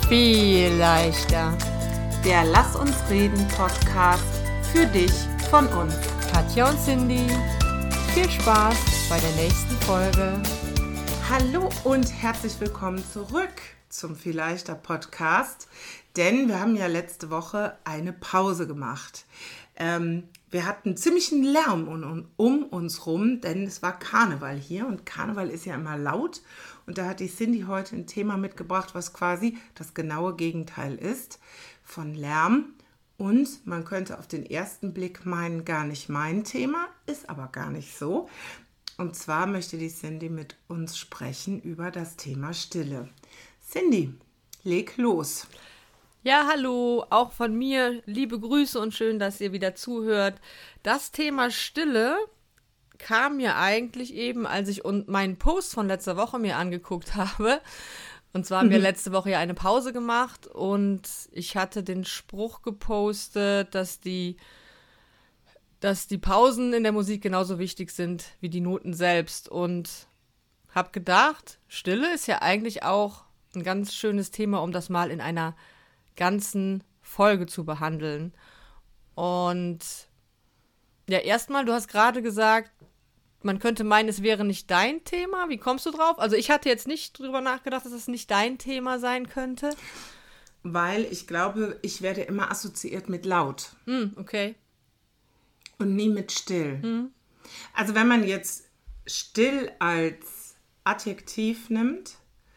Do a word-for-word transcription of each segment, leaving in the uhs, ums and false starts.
Viel leichter. Der Lass uns reden Podcast für dich von uns. Katja und Cindy. Viel Spaß bei der nächsten Folge. Hallo und herzlich willkommen zurück zum Viel leichter Podcast. Denn wir haben ja letzte Woche eine Pause gemacht. Ähm, wir hatten ziemlichen Lärm um, um uns rum, denn es war Karneval hier und Karneval ist ja immer laut. Und da hat die Cindy heute ein Thema mitgebracht, was quasi das genaue Gegenteil ist von Lärm. Und man könnte auf den ersten Blick meinen, gar nicht mein Thema, ist aber gar nicht so. Und zwar möchte die Cindy mit uns sprechen über das Thema Stille. Cindy, leg los. Ja, hallo, auch von mir liebe Grüße und schön, dass ihr wieder zuhört. Das Thema Stille kam mir eigentlich eben, als ich und meinen Post von letzter Woche mir angeguckt habe. Und zwar haben wir letzte Woche ja eine Pause gemacht und ich hatte den Spruch gepostet, dass die, dass die Pausen in der Musik genauso wichtig sind wie die Noten selbst. Und habe gedacht, Stille ist ja eigentlich auch ein ganz schönes Thema, um das mal in einer ganzen Folge zu behandeln. Und ja, erstmal, du hast gerade gesagt, man könnte meinen, es wäre nicht dein Thema. Wie kommst du drauf? Also ich hatte jetzt nicht drüber nachgedacht, dass es nicht dein Thema sein könnte. Weil ich glaube, ich werde immer assoziiert mit laut. Mm, okay. Und nie mit still. Mm. Also wenn man jetzt still als Adjektiv nimmt,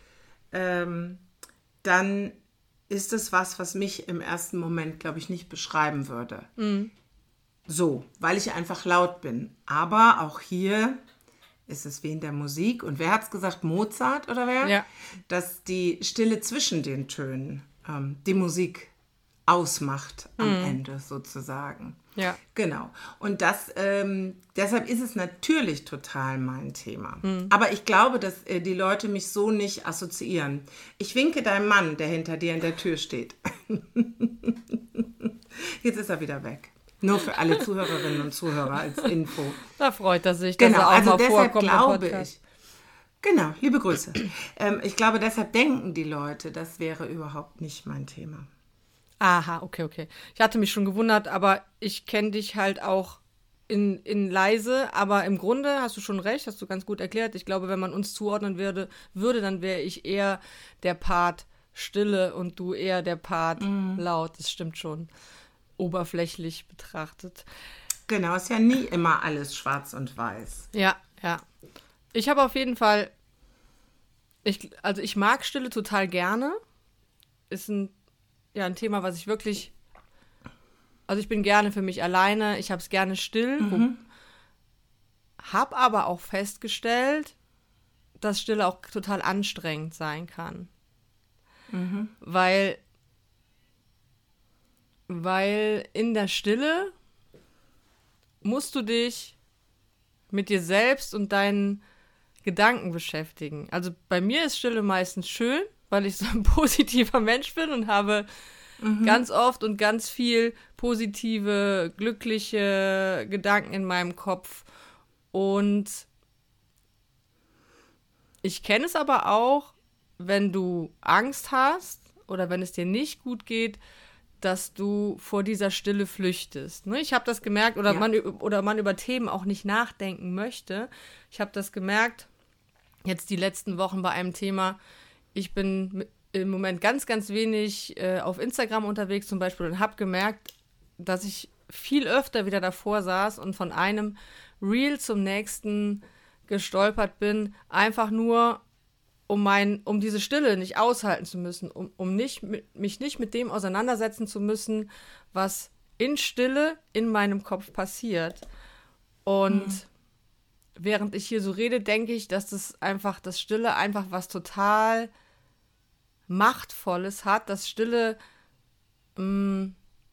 ähm, dann ist es was, was mich im ersten Moment, glaube ich, nicht beschreiben würde. Mm. So, weil ich einfach laut bin. Aber auch hier ist es wie in der Musik. Und wer hat es gesagt? Mozart oder wer? Ja. Dass die Stille zwischen den Tönen ähm, die Musik ausmacht am Mhm. Ende sozusagen. Ja. Genau. Und das, ähm, deshalb ist es natürlich total mein Thema. Mhm. Aber ich glaube, dass äh, die Leute mich so nicht assoziieren. Ich winke deinem Mann, der hinter dir in der Tür steht. Jetzt ist er wieder weg. Nur für alle Zuhörerinnen und Zuhörer als Info. Da freut er sich, dass Genau, er auch also mal deshalb vorkommt im glaube Podcast. ich. Genau, liebe Grüße. ähm, ich glaube, deshalb denken die Leute, das wäre überhaupt nicht mein Thema. Aha, okay, okay. Ich hatte mich schon gewundert, aber ich kenne dich halt auch in, in leise, aber im Grunde hast du schon recht, hast du ganz gut erklärt. Ich glaube, wenn man uns zuordnen würde, würde dann wäre ich eher der Part Stille und du eher der Part Mhm. laut. Das stimmt schon. Oberflächlich betrachtet. Genau, ist ja nie immer alles schwarz und weiß. Ja, ja. Ich habe auf jeden Fall, ich, also ich mag Stille total gerne. Ist ein, ja, ein Thema, was ich wirklich, also ich bin gerne für mich alleine, ich habe es gerne still. Mhm. Habe aber auch festgestellt, dass Stille auch total anstrengend sein kann. Mhm. Weil Weil in der Stille musst du dich mit dir selbst und deinen Gedanken beschäftigen. Also bei mir ist Stille meistens schön, weil ich so ein positiver Mensch bin und habe mhm. ganz oft und ganz viel positive, glückliche Gedanken in meinem Kopf. Und ich kenne es aber auch, wenn du Angst hast oder wenn es dir nicht gut geht, dass du vor dieser Stille flüchtest. Ne? Ich habe das gemerkt, oder, ja. man, oder man über Themen auch nicht nachdenken möchte. Ich habe das gemerkt, jetzt die letzten Wochen bei einem Thema. Ich bin im Moment ganz, ganz wenig äh, auf Instagram unterwegs zum Beispiel und habe gemerkt, dass ich viel öfter wieder davor saß und von einem Reel zum nächsten gestolpert bin, einfach nur um mein, um diese Stille nicht aushalten zu müssen, um, um nicht, mich nicht mit dem auseinandersetzen zu müssen, was in Stille in meinem Kopf passiert. Und mhm. während ich hier so rede, denke ich, dass das einfach, das Stille einfach was total Machtvolles hat, dass Stille mh,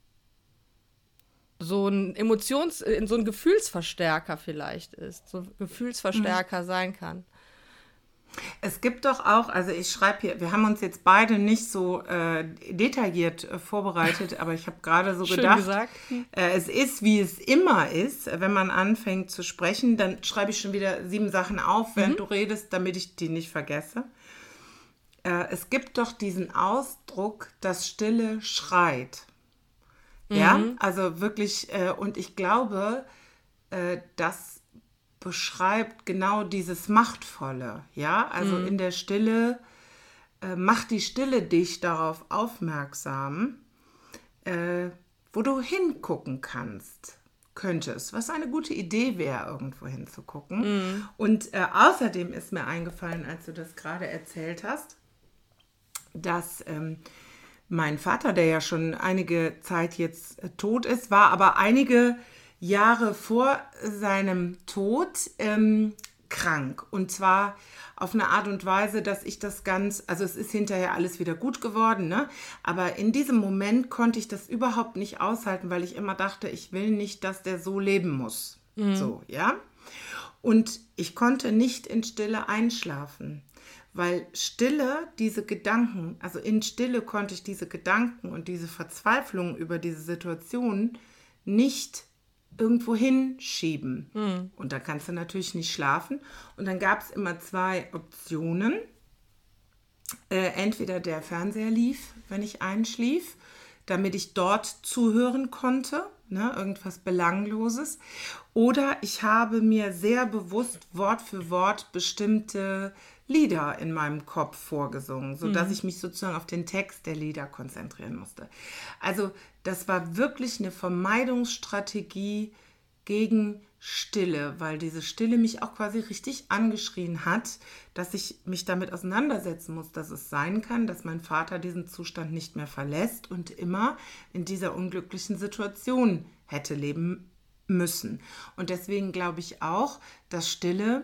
so ein Emotions-, so ein Gefühlsverstärker vielleicht ist, so ein Gefühlsverstärker mhm. sein kann. Es gibt doch auch, also ich schreibe hier, wir haben uns jetzt beide nicht so äh, detailliert äh, vorbereitet, aber ich habe gerade so Schön gedacht, gesagt. Äh, es ist, wie es immer ist, wenn man anfängt zu sprechen, dann schreibe ich schon wieder sieben Sachen auf, während mhm. du redest, damit ich die nicht vergesse. äh, es gibt doch diesen Ausdruck, dass Stille schreit. Ja, Mhm. also wirklich, äh, und ich glaube, äh, das beschreibt genau dieses Machtvolle. Ja, also in der Stille äh, macht die Stille dich darauf aufmerksam, äh, wo du hingucken kannst, könntest, was eine gute Idee wäre, irgendwo hinzugucken. Und äh, außerdem ist mir eingefallen, als du das gerade erzählt hast, dass ähm, mein Vater, der ja schon einige Zeit jetzt äh, tot ist, war aber einige Jahre vor seinem Tod ähm, krank. Und zwar auf eine Art und Weise, dass ich das ganz, also es ist hinterher alles wieder gut geworden, ne? Aber in diesem Moment konnte ich das überhaupt nicht aushalten, weil ich immer dachte, ich will nicht, dass der so leben muss. So, ja? Und ich konnte nicht in Stille einschlafen, weil Stille, diese Gedanken, also in Stille konnte ich diese Gedanken und diese Verzweiflung über diese Situation nicht irgendwo hinschieben. Mhm. Und da kannst du natürlich nicht schlafen. Und dann gab es immer zwei Optionen. Äh, entweder der Fernseher lief, wenn ich einschlief, damit ich dort zuhören konnte, ne, irgendwas Belangloses. Oder ich habe mir sehr bewusst Wort für Wort bestimmte Lieder in meinem Kopf vorgesungen, sodass mhm. ich mich sozusagen auf den Text der Lieder konzentrieren musste. Also das war wirklich eine Vermeidungsstrategie gegen Stille, weil diese Stille mich auch quasi richtig angeschrien hat, dass ich mich damit auseinandersetzen muss, dass es sein kann, dass mein Vater diesen Zustand nicht mehr verlässt und immer in dieser unglücklichen Situation hätte leben müssen. Und deswegen glaube ich auch, dass Stille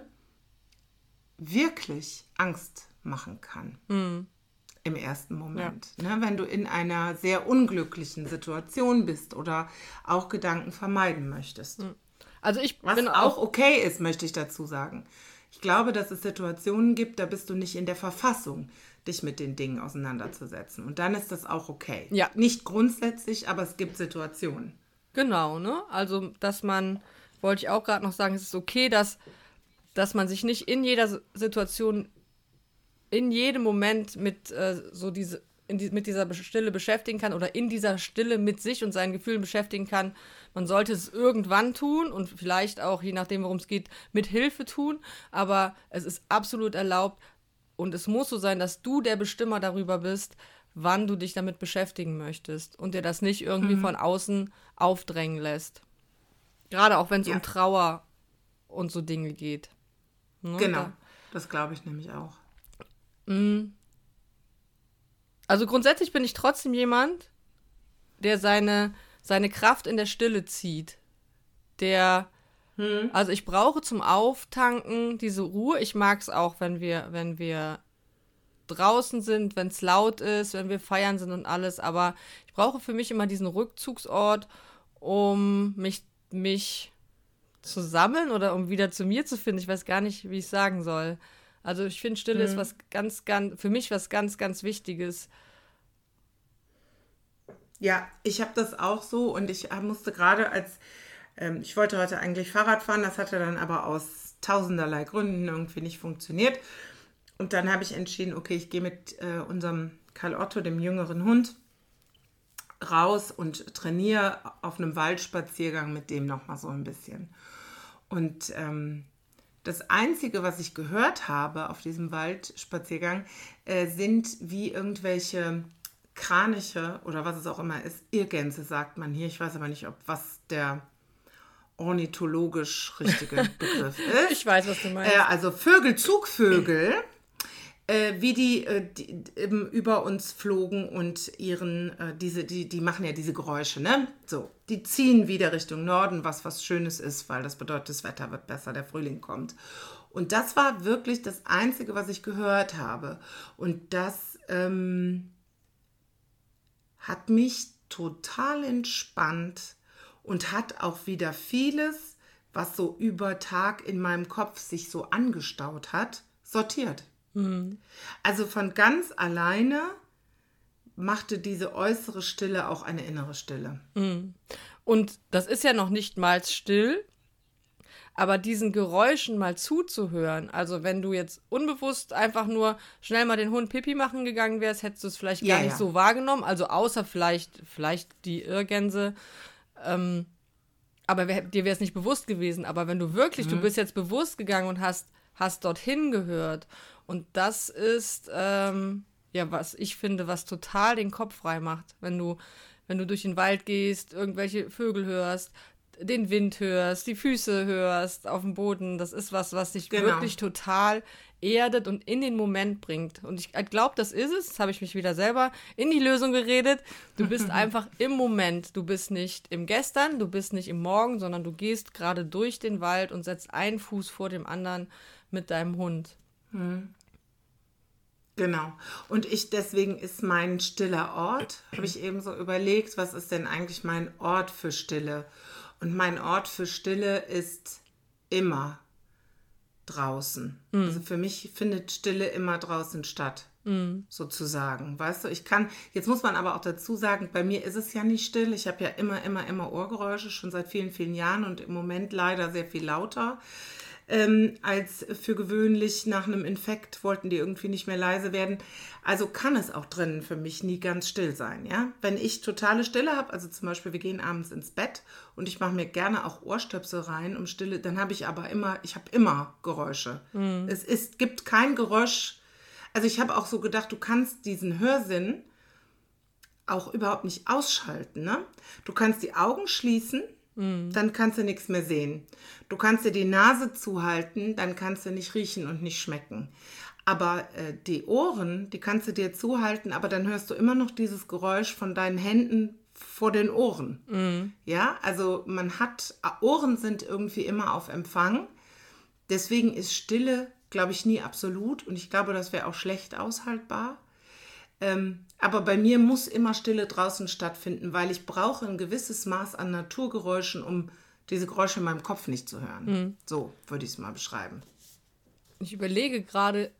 wirklich Angst machen kann. Mhm. Im ersten Moment. Ja. Ne, wenn du in einer sehr unglücklichen Situation bist oder auch Gedanken vermeiden möchtest. Also ich Was bin auch okay ist, möchte ich dazu sagen. Ich glaube, dass es Situationen gibt, da bist du nicht in der Verfassung, dich mit den Dingen auseinanderzusetzen. Und dann ist das auch okay. Ja. Nicht grundsätzlich, aber es gibt Situationen. Genau, ne? Also, dass man, wollte ich auch gerade noch sagen, es ist okay, dass, dass man sich nicht in jeder Situation, in jedem Moment mit äh, so diese, in die, mit dieser Stille beschäftigen kann oder in dieser Stille mit sich und seinen Gefühlen beschäftigen kann. Man sollte es irgendwann tun und vielleicht auch, je nachdem, worum es geht, mit Hilfe tun. Aber es ist absolut erlaubt und es muss so sein, dass du der Bestimmer darüber bist, wann du dich damit beschäftigen möchtest und dir das nicht irgendwie mhm. von außen aufdrängen lässt. Gerade auch, wenn es ja. um Trauer und so Dinge geht. Ne? Genau, da, das glaube ich nämlich auch. Also grundsätzlich bin ich trotzdem jemand, der seine, seine Kraft in der Stille zieht. Der, hm. also ich brauche zum Auftanken diese Ruhe. Ich mag es auch, wenn wir, wenn wir draußen sind, wenn es laut ist, wenn wir feiern sind und alles. Aber ich brauche für mich immer diesen Rückzugsort, um mich, mich zu sammeln oder um wieder zu mir zu finden. Ich weiß gar nicht, wie ich es sagen soll. Also ich finde, Stille mhm. ist was ganz, ganz, für mich was ganz, ganz Wichtiges. Ja, ich habe das auch so und ich musste gerade als, ähm, ich wollte heute eigentlich Fahrrad fahren, das hatte dann aber aus tausenderlei Gründen irgendwie nicht funktioniert. Und dann habe ich entschieden, okay, ich gehe mit äh, unserem Karl Otto, dem jüngeren Hund, raus und trainiere auf einem Waldspaziergang mit dem nochmal so ein bisschen. Und ähm, das Einzige, was ich gehört habe auf diesem Waldspaziergang, äh, sind wie irgendwelche Kraniche oder was es auch immer ist. Irrgänse sagt man hier. Ich weiß aber nicht, ob was der ornithologisch richtige Begriff ist. Ich weiß, was du meinst. Äh, also Vögel, Zugvögel, äh, wie die, äh, die eben über uns flogen und ihren, äh, diese, die, die machen ja diese Geräusche, ne? So, die ziehen wieder Richtung Norden, was was Schönes ist, weil das bedeutet, das Wetter wird besser, der Frühling kommt. Und das war wirklich das Einzige, was ich gehört habe. Und das ähm, hat mich total entspannt und hat auch wieder vieles, was so über Tag in meinem Kopf sich so angestaut hat, sortiert. Mhm. Also von ganz alleine machte diese äußere Stille auch eine innere Stille. Mhm. Und das ist ja noch nicht mal still, Aber diesen Geräuschen mal zuzuhören, also wenn du jetzt unbewusst einfach nur schnell mal den Hund Pipi machen gegangen wärst, hättest du es vielleicht gar Ja, nicht ja. so wahrgenommen, also außer vielleicht, vielleicht die Irrgänse, ähm, aber wär, dir wäre es nicht bewusst gewesen. Aber wenn du wirklich, du bist jetzt bewusst gegangen und hast, hast dorthin gehört. Und das ist, ähm, ja, was ich finde, was total den Kopf frei macht. Wenn du, wenn du durch den Wald gehst, irgendwelche Vögel hörst, den Wind hörst, die Füße hörst auf dem Boden. Das ist was, was dich Genau. wirklich total erdet und in den Moment bringt. Und ich glaube, das ist es. Jetzt habe ich mich wieder selber in die Lösung geredet. Du bist einfach im Moment. Du bist nicht im Gestern, du bist nicht im Morgen, sondern du gehst gerade durch den Wald und setzt einen Fuß vor dem anderen mit deinem Hund. Genau. Und ich, deswegen ist mein stiller Ort, habe ich eben so überlegt, was ist denn eigentlich mein Ort für Stille? Und mein Ort für Stille ist immer draußen. Mm. Also für mich findet Stille immer draußen statt, mm. sozusagen. Weißt du, ich kann, jetzt muss man aber auch dazu sagen, bei mir ist es ja nicht still. Ich habe ja immer, immer, immer Ohrgeräusche, schon seit vielen, vielen Jahren und im Moment leider sehr viel lauter. Ähm, als für gewöhnlich. Nach einem Infekt wollten die irgendwie nicht mehr leise werden. Also kann es auch drinnen für mich nie ganz still sein. Ja? Wenn ich totale Stille habe, also zum Beispiel wir gehen abends ins Bett und ich mache mir gerne auch Ohrstöpsel rein, um Stille, dann habe ich aber immer, ich habe immer Geräusche. Mhm. Es ist, gibt kein Geräusch. Also ich habe auch so gedacht, du kannst diesen Hörsinn auch überhaupt nicht ausschalten. Ne? Du kannst die Augen schließen, dann kannst du nichts mehr sehen. Du kannst dir die Nase zuhalten, dann kannst du nicht riechen und nicht schmecken. Aber äh, die Ohren, die kannst du dir zuhalten, aber dann hörst du immer noch dieses Geräusch von deinen Händen vor den Ohren. Mhm. Ja, also man hat, Ohren sind irgendwie immer auf Empfang. Deswegen ist Stille, glaube ich, nie absolut. Und ich glaube, das wäre auch schlecht aushaltbar. Ähm, aber bei mir muss immer Stille draußen stattfinden, weil ich brauche ein gewisses Maß an Naturgeräuschen, um diese Geräusche in meinem Kopf nicht zu hören. Mhm. So würde ich es mal beschreiben. Ich überlege gerade,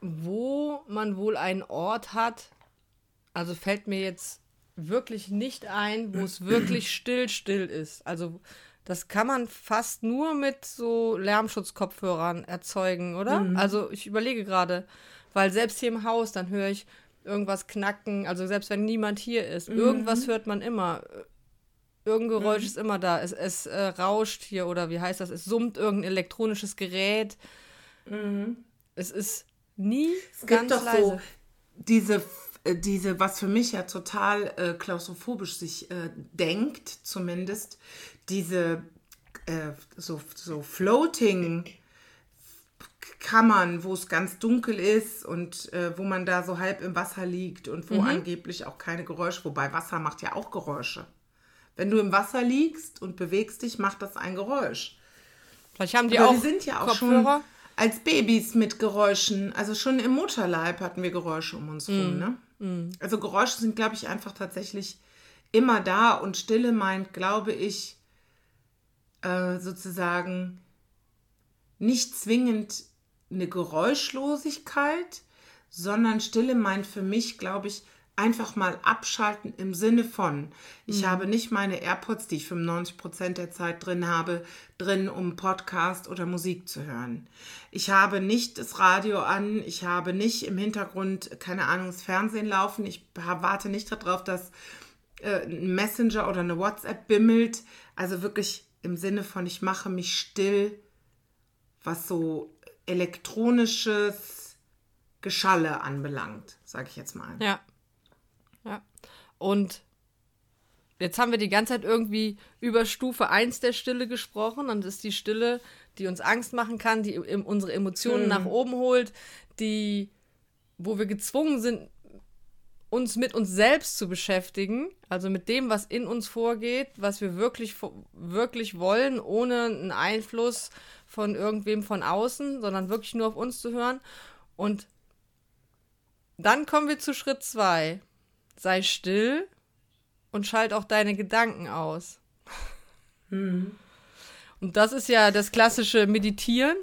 wo man wohl einen Ort hat, also fällt mir jetzt wirklich nicht ein, wo es wirklich still, still ist. Also das kann man fast nur mit so Lärmschutzkopfhörern erzeugen, oder? Mhm. Also ich überlege gerade, weil selbst hier im Haus, dann höre ich irgendwas knacken, also selbst wenn niemand hier ist, mhm. irgendwas hört man immer. Irgendein Geräusch mhm. ist immer da. Es, es äh, rauscht hier, oder wie heißt das? Es summt irgendein elektronisches Gerät. Mhm. Es ist nie es ganz gibt doch leise. So diese, diese, was für mich ja total äh, klaustrophobisch sich äh, denkt, zumindest, diese äh, so, so Floating Kammern, wo es ganz dunkel ist und äh, wo man da so halb im Wasser liegt und wo mhm. angeblich auch keine Geräusche, wobei Wasser macht ja auch Geräusche. Wenn du im Wasser liegst und bewegst dich, macht das ein Geräusch. Vielleicht haben die Aber auch wir sind ja auch Kopfhörer schon als Babys mit Geräuschen, also schon im Mutterleib hatten wir Geräusche um uns rum. Mm. Ne? Mm. Also Geräusche sind, glaube ich, einfach tatsächlich immer da und Stille meint, glaube ich, äh, sozusagen nicht zwingend eine Geräuschlosigkeit, sondern Stille meint für mich, glaube ich, einfach mal abschalten im Sinne von, ich mhm. habe nicht meine AirPods, die ich fünfundneunzig Prozent der Zeit drin habe, drin, um Podcast oder Musik zu hören. Ich habe nicht das Radio an, ich habe nicht im Hintergrund, keine Ahnung, das Fernsehen laufen, ich warte nicht darauf, dass äh, ein Messenger oder eine WhatsApp bimmelt. Also wirklich im Sinne von, ich mache mich still, was so elektronisches Geschalle anbelangt, sage ich jetzt mal. Ja. Ja. Und jetzt haben wir die ganze Zeit irgendwie über Stufe eins der Stille gesprochen. Und das ist die Stille, die uns Angst machen kann, die unsere Emotionen mhm. nach oben holt, die, wo wir gezwungen sind, uns mit uns selbst zu beschäftigen, also mit dem, was in uns vorgeht, was wir wirklich, wirklich wollen, ohne einen Einfluss von irgendwem von außen, sondern wirklich nur auf uns zu hören. Und dann kommen wir zu Schritt zwei. Sei still und schalt auch deine Gedanken aus. Mhm. Und das ist ja das klassische Meditieren.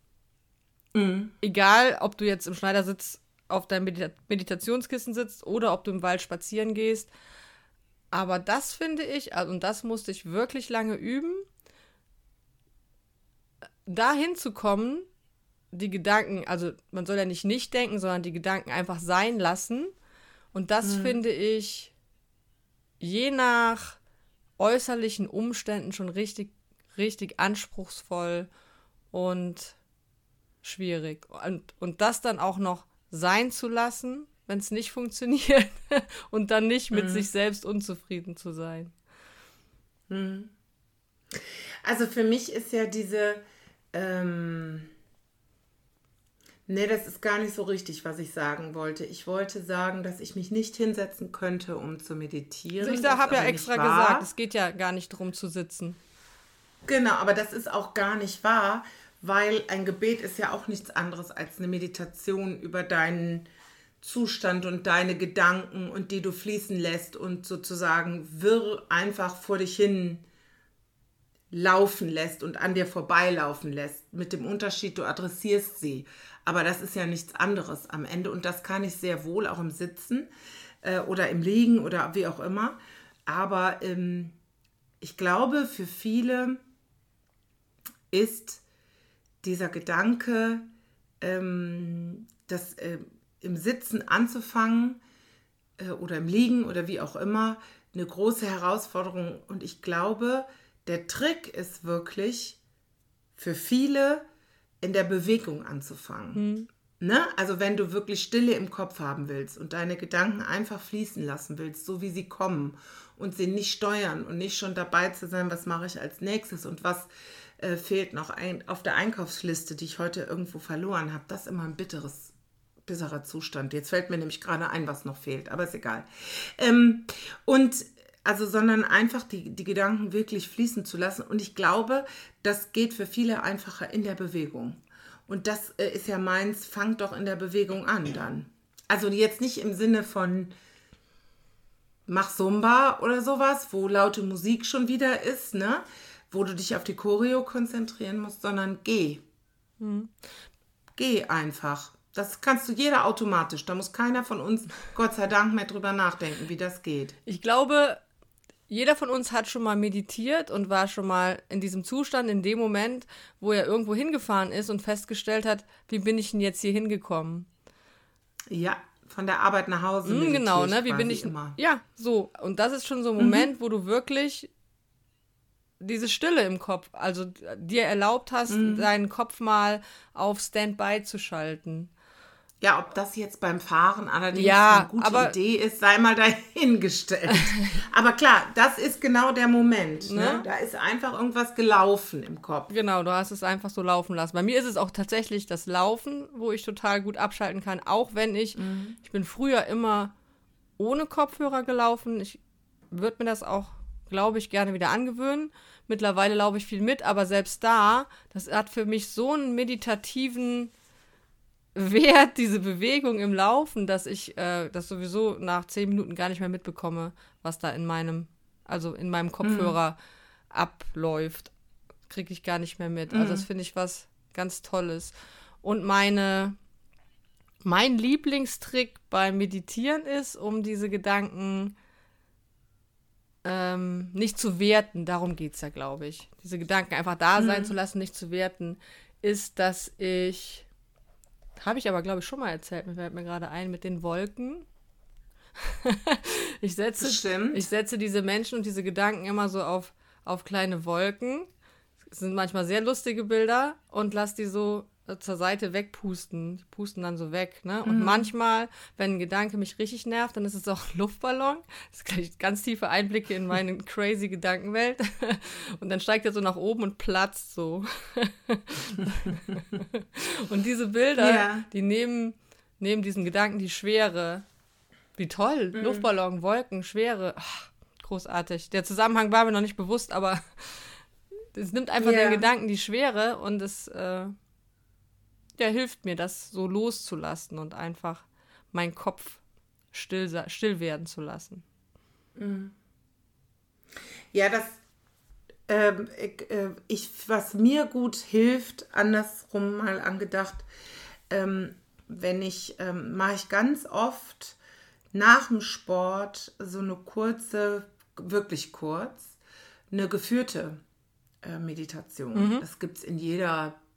Mhm. Egal, ob du jetzt im Schneidersitz auf deinem Medita- Meditationskissen sitzt oder ob du im Wald spazieren gehst. Aber das finde ich, also, und das musste ich wirklich lange üben, dahin zu kommen, die Gedanken, also man soll ja nicht nicht denken, sondern die Gedanken einfach sein lassen. Und das mhm. finde ich je nach äußerlichen Umständen schon richtig, richtig anspruchsvoll und schwierig. Und, und das dann auch noch sein zu lassen, wenn es nicht funktioniert und dann nicht mit mhm. sich selbst unzufrieden zu sein. Mhm. Also für mich ist ja diese, ähm, nee, das ist gar nicht so richtig, was ich sagen wollte. Ich wollte sagen, dass ich mich nicht hinsetzen könnte, um zu meditieren. Also ich habe ja extra gesagt, es geht ja gar nicht darum zu sitzen. Genau, aber das ist auch gar nicht wahr, weil ein Gebet ist ja auch nichts anderes als eine Meditation über deinen Zustand und deine Gedanken und die du fließen lässt und sozusagen wirr einfach vor dich hin laufen lässt und an dir vorbeilaufen lässt. Mit dem Unterschied, du adressierst sie. Aber das ist ja nichts anderes am Ende und das kann ich sehr wohl auch im Sitzen äh, oder im Liegen oder wie auch immer. Aber ähm, ich glaube, für viele ist dieser Gedanke, ähm, das äh, im Sitzen anzufangen äh, oder im Liegen oder wie auch immer, eine große Herausforderung. Und ich glaube, der Trick ist wirklich für viele in der Bewegung anzufangen. Hm. Ne? Also wenn du wirklich Stille im Kopf haben willst und deine Gedanken einfach fließen lassen willst, so wie sie kommen und sie nicht steuern und nicht schon dabei zu sein, was mache ich als nächstes und was äh, fehlt noch ein, auf der Einkaufsliste, die ich heute irgendwo verloren habe. Das ist immer ein bitteres, bitterer Zustand. Jetzt fällt mir nämlich gerade ein, was noch fehlt, aber ist egal. Ähm, und Also, sondern einfach die, die Gedanken wirklich fließen zu lassen. Und ich glaube, das geht für viele einfacher in der Bewegung. Und das äh, ist ja meins, fangt doch in der Bewegung an dann. Also jetzt nicht im Sinne von mach Zumba oder sowas, wo laute Musik schon wieder ist, ne? Wo du dich auf die Choreo konzentrieren musst, sondern geh. Hm. Geh einfach. Das kannst du jeder automatisch. Da muss keiner von uns, Gott sei Dank, mehr drüber nachdenken, wie das geht. Ich glaube, jeder von uns hat schon mal meditiert und war schon mal in diesem Zustand, in dem Moment, wo er irgendwo hingefahren ist und festgestellt hat, wie bin ich denn jetzt hier hingekommen? Ja, von der Arbeit nach Hause. Mm, genau, ne? Wie bin ich immer. Ja, so. Und das ist schon so ein Moment, mhm. wo du wirklich diese Stille im Kopf, also dir erlaubt hast, mhm. deinen Kopf mal auf Standby zu schalten. Ja, ob das jetzt beim Fahren allerdings ja, eine gute aber, Idee ist, sei mal dahingestellt. Aber klar, das ist genau der Moment. Ne? Ne? Da ist einfach irgendwas gelaufen im Kopf. Genau, du hast es einfach so laufen lassen. Bei mir ist es auch tatsächlich das Laufen, wo ich total gut abschalten kann, auch wenn ich, mhm. ich bin früher immer ohne Kopfhörer gelaufen. Ich würde mir das auch, glaube ich, gerne wieder angewöhnen. Mittlerweile laufe ich viel mit, aber selbst da, das hat für mich so einen meditativen Wert, diese Bewegung im Laufen, dass ich äh, das sowieso nach zehn Minuten gar nicht mehr mitbekomme, was da in meinem, also in meinem Kopfhörer mhm. abläuft. Kriege ich gar nicht mehr mit. Mhm. Also das finde ich was ganz Tolles. Und meine, mein Lieblingstrick beim Meditieren ist, um diese Gedanken ähm, nicht zu werten, darum geht es ja, glaube ich. Diese Gedanken einfach da sein mhm. zu lassen, nicht zu werten, ist, dass ich Habe ich aber, glaube ich, schon mal erzählt. Mir fällt mir gerade ein mit den Wolken. ich, setze, ich setze diese Menschen und diese Gedanken immer so auf, auf kleine Wolken. Es sind manchmal sehr lustige Bilder und lass die so zur Seite wegpusten. Die pusten dann so weg, ne? Und mhm. manchmal, wenn ein Gedanke mich richtig nervt, dann ist es auch ein Luftballon. Das ist gleich ganz tiefe Einblicke in meine crazy Gedankenwelt. Und dann steigt er so nach oben und platzt so. Und diese Bilder, yeah. die nehmen, nehmen diesen Gedanken die Schwere. Wie toll, mhm. Luftballon, Wolken, Schwere. Ach, großartig. Der Zusammenhang war mir noch nicht bewusst, aber es nimmt einfach yeah. den Gedanken die Schwere und es äh, ja, hilft mir, das so loszulassen und einfach meinen Kopf still, still werden zu lassen. Ja, das, ähm, ich, äh, ich, was mir gut hilft, andersrum mal angedacht, ähm, wenn ich, ähm, mache ich ganz oft nach dem Sport so eine kurze, wirklich kurz, eine geführte äh, Meditation. Mhm. Das gibt es in jeder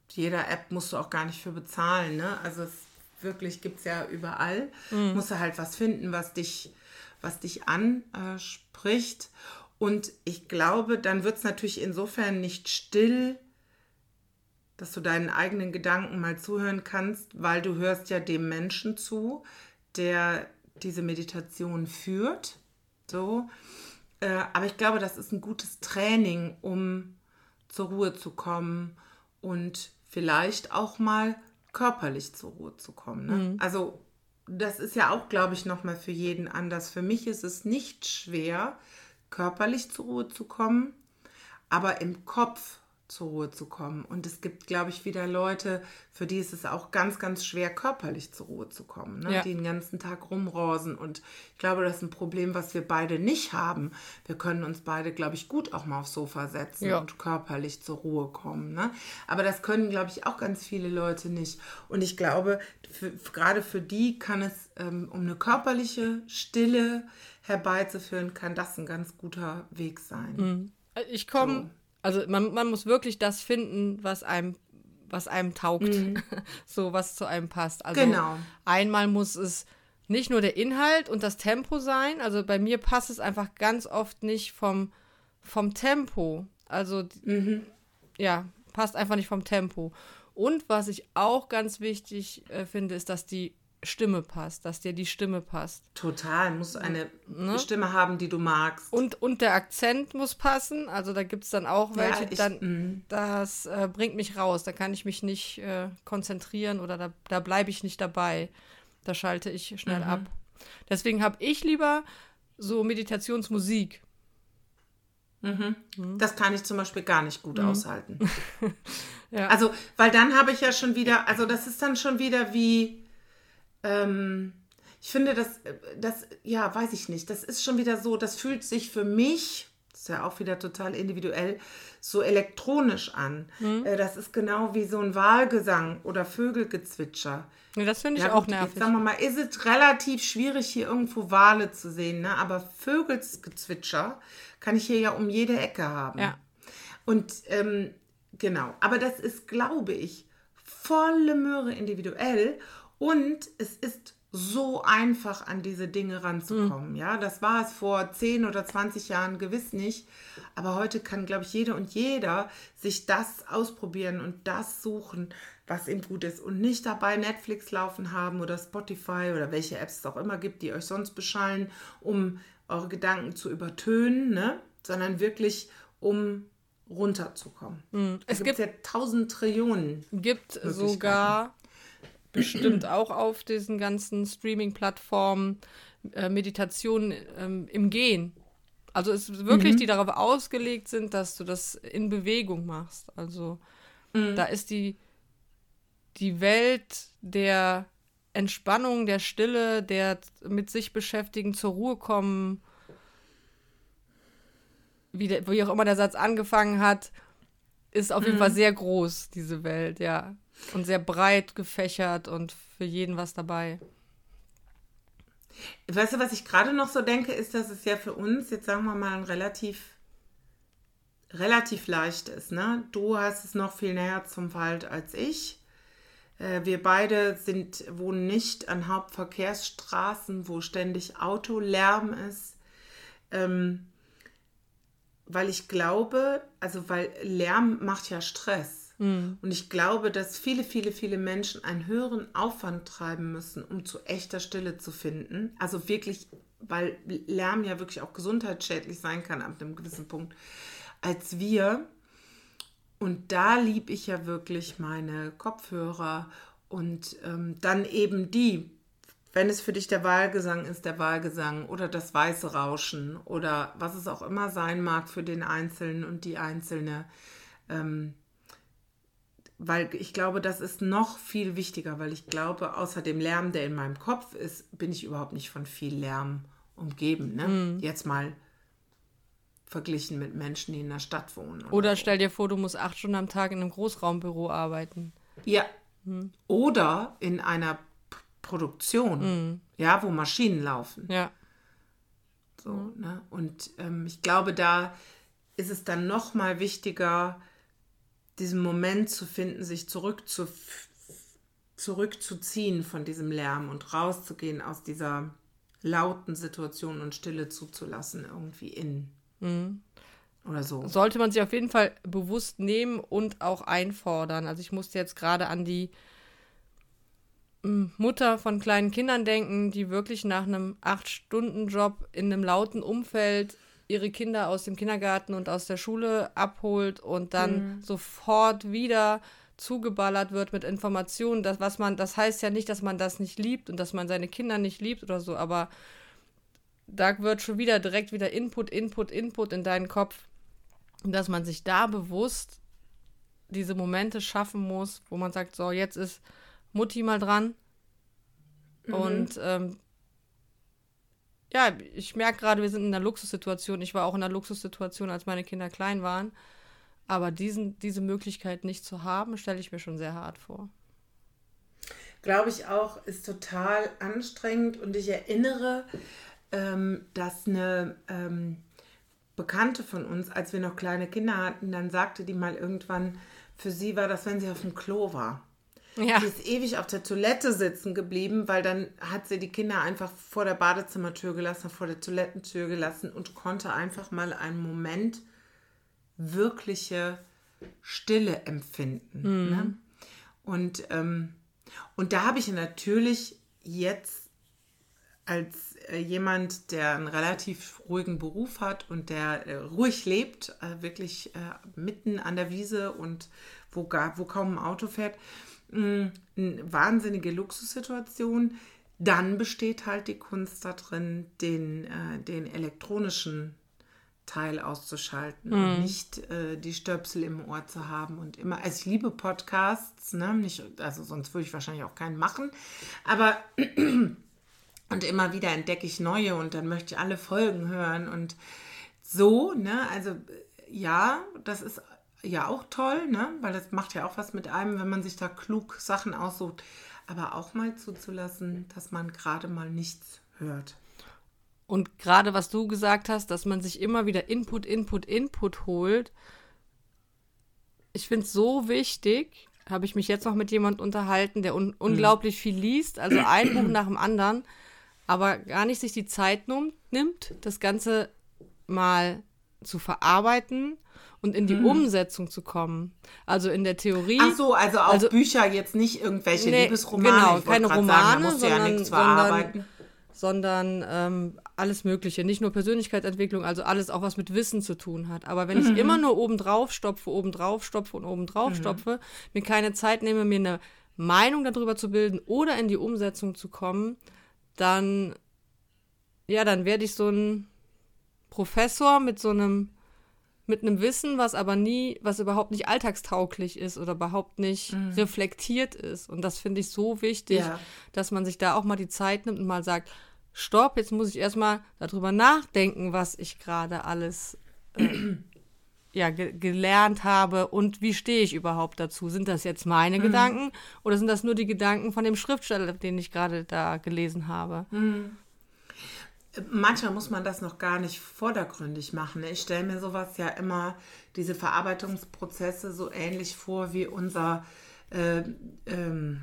jeder App musst du auch gar nicht für bezahlen, ne? Also es wirklich gibt es ja überall. Mhm. Musst du halt was finden, was dich, was dich anspricht. Und ich glaube, dann wird es natürlich insofern nicht still, dass du deinen eigenen Gedanken mal zuhören kannst, weil du hörst ja dem Menschen zu, der diese Meditation führt. So. Äh, aber ich glaube, das ist ein gutes Training, um zur Ruhe zu kommen und vielleicht auch mal körperlich zur Ruhe zu kommen. Ne? Mhm. Also das ist ja auch, glaube ich, nochmal für jeden anders. Für mich ist es nicht schwer, körperlich zur Ruhe zu kommen, aber im Kopf zur Ruhe zu kommen. Und es gibt, glaube ich, wieder Leute, für die ist es auch ganz, ganz schwer, körperlich zur Ruhe zu kommen, ne? Ja. Die den ganzen Tag rumrosen. Und ich glaube, das ist ein Problem, was wir beide nicht haben. Wir können uns beide, glaube ich, gut auch mal aufs Sofa setzen ja. und körperlich zur Ruhe kommen. Ne? Aber das können, glaube ich, auch ganz viele Leute nicht. Und ich glaube, für, gerade für die kann es, ähm, um eine körperliche Stille herbeizuführen, kann das ein ganz guter Weg sein. Ich komme... So. Also man, man muss wirklich das finden, was einem, was einem taugt, mhm. so was zu einem passt. Also genau. Einmal muss es nicht nur der Inhalt und das Tempo sein, also bei mir passt es einfach ganz oft nicht vom, vom Tempo. Also mhm. ja, passt einfach nicht vom Tempo. Und was ich auch ganz wichtig äh, finde, ist, dass die Stimme passt, dass dir die Stimme passt. Total, muss eine ne? Stimme haben, die du magst. Und, und der Akzent muss passen, also da gibt es dann auch welche, ja, ich, dann, mh. das äh, bringt mich raus, da kann ich mich nicht äh, konzentrieren oder da, da bleibe ich nicht dabei, da schalte ich schnell mhm. ab. Deswegen habe ich lieber so Meditationsmusik. Mhm. Mhm. Das kann ich zum Beispiel gar nicht gut mhm. aushalten. ja. Also, weil dann habe ich ja schon wieder, also das ist dann schon wieder wie ich finde, das, das, ja, weiß ich nicht, das ist schon wieder so, das fühlt sich für mich, das ist ja auch wieder total individuell, so elektronisch an. Mhm. Das ist genau wie so ein Walgesang oder Vögelgezwitscher. Ja, das finde ich ja, auch nervig. Jetzt sagen wir mal, ist es relativ schwierig, hier irgendwo Wale zu sehen, ne? Aber Vögelgezwitscher kann ich hier ja um jede Ecke haben. Ja. Und ähm, genau, aber das ist, glaube ich, volle Möhre individuell. Und es ist so einfach, an diese Dinge ranzukommen. Mhm. Ja, das war es vor zehn oder zwanzig Jahren gewiss nicht. Aber heute kann, glaube ich, jede und jeder sich das ausprobieren und das suchen, was ihm gut ist. Und nicht dabei Netflix laufen haben oder Spotify oder welche Apps es auch immer gibt, die euch sonst beschallen, um eure Gedanken zu übertönen, ne? Sondern wirklich, um runterzukommen. Mhm. Es gibt ja tausend Trillionen. Gibt sogar... bestimmt auch auf diesen ganzen Streaming-Plattformen äh, Meditationen ähm, im Gehen. Also es ist wirklich, mhm. die darauf ausgelegt sind, dass du das in Bewegung machst. Also mhm. da ist die, die Welt der Entspannung, der Stille, der mit sich beschäftigen, zur Ruhe kommen, wie, der, wie auch immer der Satz angefangen hat, ist auf mhm. jeden Fall sehr groß, diese Welt, ja. Und sehr breit gefächert und für jeden was dabei. Weißt du, was ich gerade noch so denke, ist, dass es ja für uns, jetzt sagen wir mal, ein relativ, relativ leicht ist. Ne? Du hast es noch viel näher zum Wald als ich. Äh, wir beide sind, wohnen nicht an Hauptverkehrsstraßen, wo ständig Autolärm ist. Ähm, weil ich glaube, also weil Lärm macht ja Stress. Mhm. Und ich glaube, dass viele, viele, viele Menschen einen höheren Aufwand treiben müssen, um zu echter Stille zu finden. Also wirklich, weil Lärm ja wirklich auch gesundheitsschädlich sein kann ab einem gewissen Punkt, als wir. Und da liebe ich ja wirklich meine Kopfhörer und ähm, dann eben die, wenn es für dich der Walgesang ist, der Walgesang oder das weiße Rauschen oder was es auch immer sein mag für den Einzelnen und die Einzelne. Ähm, weil ich glaube, das ist noch viel wichtiger, weil ich glaube, außer dem Lärm, der in meinem Kopf ist, bin ich überhaupt nicht von viel Lärm umgeben. Ne? Mhm. Jetzt mal verglichen mit Menschen, die in der Stadt wohnen. Oder, oder so. Stell dir vor, du musst acht Stunden am Tag in einem Großraumbüro arbeiten. Ja. Mhm. Oder in einer P- Produktion, mhm. ja, wo Maschinen laufen. Ja. So, mhm. ne? Und ähm, ich glaube, da ist es dann noch mal wichtiger, diesen Moment zu finden, sich zurückzu, zurückzuziehen von diesem Lärm und rauszugehen aus dieser lauten Situation und Stille zuzulassen, irgendwie in. Mhm. Oder so. Sollte man sich auf jeden Fall bewusst nehmen und auch einfordern. Also ich musste jetzt gerade an die Mutter von kleinen Kindern denken, die wirklich nach einem acht-Stunden-Job in einem lauten Umfeld ihre Kinder aus dem Kindergarten und aus der Schule abholt und dann mhm. sofort wieder zugeballert wird mit Informationen. Das, was man, das heißt ja nicht, dass man das nicht liebt und dass man seine Kinder nicht liebt oder so, aber da wird schon wieder direkt wieder Input, Input, Input in deinen Kopf. Und dass man sich da bewusst diese Momente schaffen muss, wo man sagt, so, jetzt ist Mutti mal dran. Mhm. Und ähm, ja, ich merke gerade, wir sind in einer Luxussituation. Ich war auch in einer Luxussituation, als meine Kinder klein waren. Aber diesen, diese Möglichkeit nicht zu haben, stelle ich mir schon sehr hart vor. Glaube ich auch, ist total anstrengend. Und ich erinnere, ähm, dass eine ähm, Bekannte von uns, als wir noch kleine Kinder hatten, dann sagte die mal irgendwann, für sie war das, wenn sie auf dem Klo war. Ja. Sie ist ewig auf der Toilette sitzen geblieben, weil dann hat sie die Kinder einfach vor der Badezimmertür gelassen, vor der Toilettentür gelassen und konnte einfach mal einen Moment wirkliche Stille empfinden. Mhm. Ne? Und, ähm, und da habe ich natürlich jetzt als äh, jemand, der einen relativ ruhigen Beruf hat und der äh, ruhig lebt, äh, wirklich äh, mitten an der Wiese und wo, gar, wo kaum ein Auto fährt, mh, eine wahnsinnige Luxussituation. Dann besteht halt die Kunst da drin, den, äh, den elektronischen Teil auszuschalten mhm. und nicht äh, die Stöpsel im Ohr zu haben und immer, also ich liebe Podcasts, ne, nicht, also sonst würde ich wahrscheinlich auch keinen machen, aber und immer wieder entdecke ich neue und dann möchte ich alle Folgen hören und so, ne, also ja, das ist ja auch toll, ne, weil das macht ja auch was mit einem, wenn man sich da klug Sachen aussucht, aber auch mal zuzulassen, dass man gerade mal nichts hört. Und gerade was du gesagt hast, dass man sich immer wieder Input, Input, Input holt. Ich finde es so wichtig, habe ich mich jetzt noch mit jemandem unterhalten, der un- unglaublich viel liest, also ein Buch nach dem anderen, aber gar nicht sich die Zeit num- nimmt, das Ganze mal zu verarbeiten und in die mhm. Umsetzung zu kommen. Also in der Theorie. Ach so, also auch also, Bücher, jetzt nicht irgendwelche nee, Liebesromane. Genau, keine Romane, sagen, da musst du sondern, ja nichts verarbeiten. sondern, sondern ähm, alles Mögliche. Nicht nur Persönlichkeitsentwicklung, also alles auch, was mit Wissen zu tun hat. Aber wenn mhm. ich immer nur oben drauf stopfe, oben drauf stopfe und oben drauf mhm. stopfe, mir keine Zeit nehme, mir eine Meinung darüber zu bilden oder in die Umsetzung zu kommen, dann, ja, dann werde ich so ein Professor mit so einem mit einem Wissen, was aber nie, was überhaupt nicht alltagstauglich ist oder überhaupt nicht mhm. reflektiert ist. Und das finde ich so wichtig, ja. dass man sich da auch mal die Zeit nimmt und mal sagt, stopp, jetzt muss ich erstmal darüber nachdenken, was ich gerade alles äh, ja, ge- gelernt habe und wie stehe ich überhaupt dazu. Sind das jetzt meine mhm. Gedanken oder sind das nur die Gedanken von dem Schriftsteller, den ich gerade da gelesen habe? Mhm. Manchmal muss man das noch gar nicht vordergründig machen. Ich stelle mir sowas ja immer, diese Verarbeitungsprozesse so ähnlich vor wie unser äh, ähm,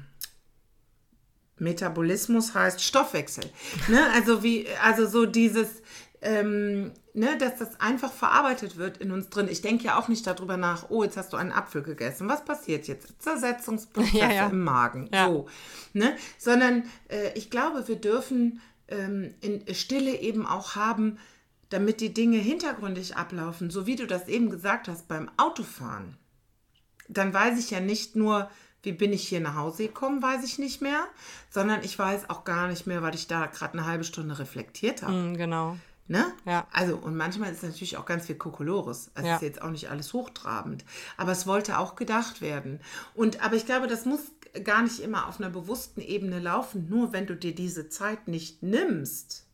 Metabolismus heißt Stoffwechsel. Ne? Also wie, also so dieses, ähm, ne, dass das einfach verarbeitet wird in uns drin. Ich denke ja auch nicht darüber nach, oh, jetzt hast du einen Apfel gegessen. Was passiert jetzt? Zersetzungsprozesse ja, ja. im Magen. Ja. So, ne? Sondern äh, ich glaube, wir dürfen in Stille eben auch haben, damit die Dinge hintergründig ablaufen, so wie du das eben gesagt hast beim Autofahren. Dann weiß ich ja nicht nur, wie bin ich hier nach Hause gekommen, weiß ich nicht mehr, sondern ich weiß auch gar nicht mehr, weil ich da gerade eine halbe Stunde reflektiert habe. Mm, genau. Ne? Ja. Also, und manchmal ist natürlich auch ganz viel Kokolores. Es ja. ist jetzt auch nicht alles hochtrabend. Aber es wollte auch gedacht werden. Und, aber ich glaube, das muss gar nicht immer auf einer bewussten Ebene laufen. Nur wenn du dir diese Zeit nicht nimmst,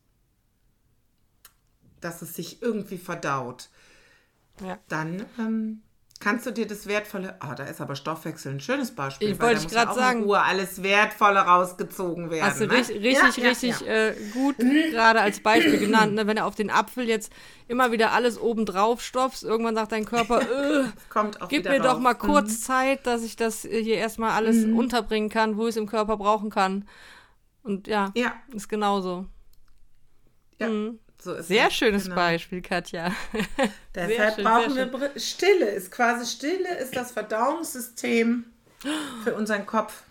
dass es sich irgendwie verdaut, ja. dann ähm, kannst du dir das Wertvolle, ah, da ist aber Stoffwechsel ein schönes Beispiel, Ich weil wollte da muss gerade ja auch sagen, in Ruhe alles Wertvolle rausgezogen werden. hast du ne? richtig, richtig, ja, ja, richtig ja. Äh, gut gerade als Beispiel genannt. Ne? Wenn du auf den Apfel jetzt immer wieder alles oben drauf stopfst, irgendwann sagt dein Körper, äh, Kommt auch gib wieder mir doch raus. mal kurz Mhm. Zeit, dass ich das hier erstmal alles Mhm. unterbringen kann, wo ich es im Körper brauchen kann. Und ja, Ja, ist genauso. ja. Mhm. So ist Sehr es. schönes Genau. Beispiel, Katja. Deshalb schön, brauchen sehr wir Br- Stille. Ist quasi Stille ist das Verdauungssystem für unseren Kopf.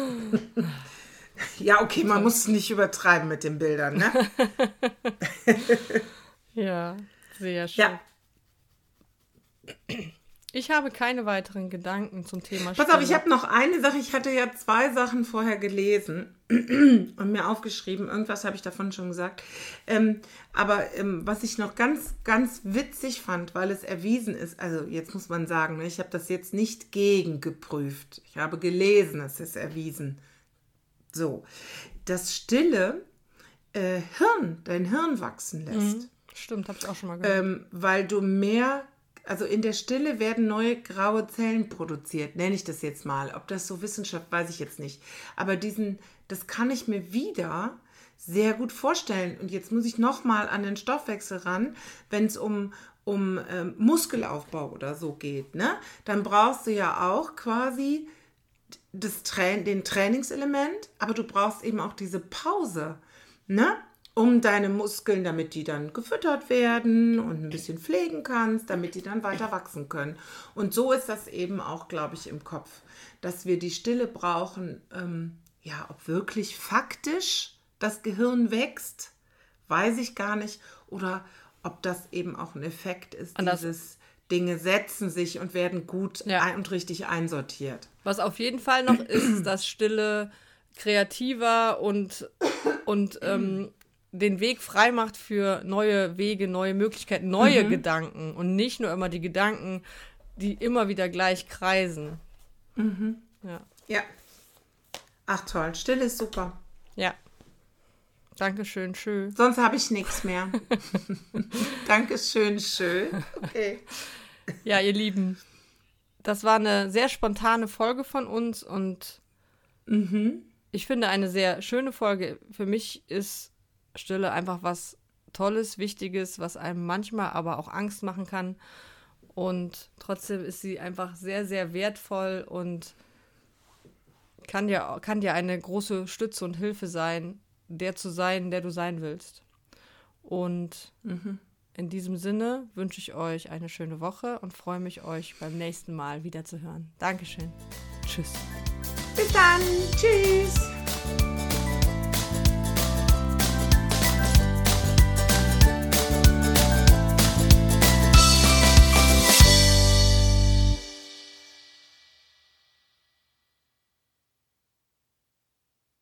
Ja, okay, man muss nicht übertreiben mit den Bildern, ne? Ja, sehr schön. Ja. Ich habe keine weiteren Gedanken zum Thema Pass auf, ich Stille. habe noch eine Sache. Ich hatte ja zwei Sachen vorher gelesen und mir aufgeschrieben. Irgendwas habe ich davon schon gesagt. Ähm, aber ähm, was ich noch ganz, ganz witzig fand, weil es erwiesen ist, also jetzt muss man sagen, ne, ich habe das jetzt nicht gegengeprüft. Ich habe gelesen, es ist erwiesen. So, dass Stille äh, Hirn, dein Hirn wachsen lässt. Mhm. Stimmt, habe ich auch schon mal gehört. Ähm, weil du mehr, also in der Stille werden neue graue Zellen produziert, nenne ich das jetzt mal. Ob das so Wissenschaft, weiß ich jetzt nicht. Aber diesen, das kann ich mir wieder sehr gut vorstellen. Und jetzt muss ich nochmal an den Stoffwechsel ran, wenn es um, um ähm, Muskelaufbau oder so geht, ne? Dann brauchst du ja auch quasi das Tra- den Trainingselement, aber du brauchst eben auch diese Pause, ne? Um deine Muskeln, damit die dann gefüttert werden und ein bisschen pflegen kannst, damit die dann weiter wachsen können. Und so ist das eben auch, glaube ich, im Kopf, dass wir die Stille brauchen. Ähm, ja, ob wirklich faktisch das Gehirn wächst, weiß ich gar nicht. Oder ob das eben auch ein Effekt ist, Anders. dieses Dinge setzen sich und werden gut Ja. ein- und richtig einsortiert. Was auf jeden Fall noch ist, ist, dass Stille kreativer und, und ähm, den Weg frei macht für neue Wege, neue Möglichkeiten, neue Mhm. Gedanken und nicht nur immer die Gedanken, die immer wieder gleich kreisen. Ja. Ja. Ach toll, Stille ist super. Ja. Dankeschön, schön. Sonst habe ich nichts mehr. Dankeschön, schön. Okay. Ja, ihr Lieben, das war eine sehr spontane Folge von uns und ich finde eine sehr schöne Folge. Für mich ist Stille einfach was Tolles, Wichtiges, was einem manchmal aber auch Angst machen kann. Und trotzdem ist sie einfach sehr, sehr wertvoll und kann dir, kann dir eine große Stütze und Hilfe sein, der zu sein, der du sein willst. Und in diesem Sinne wünsche ich euch eine schöne Woche und freue mich, euch beim nächsten Mal wieder zu hören. Dankeschön. Tschüss. Bis dann. Tschüss.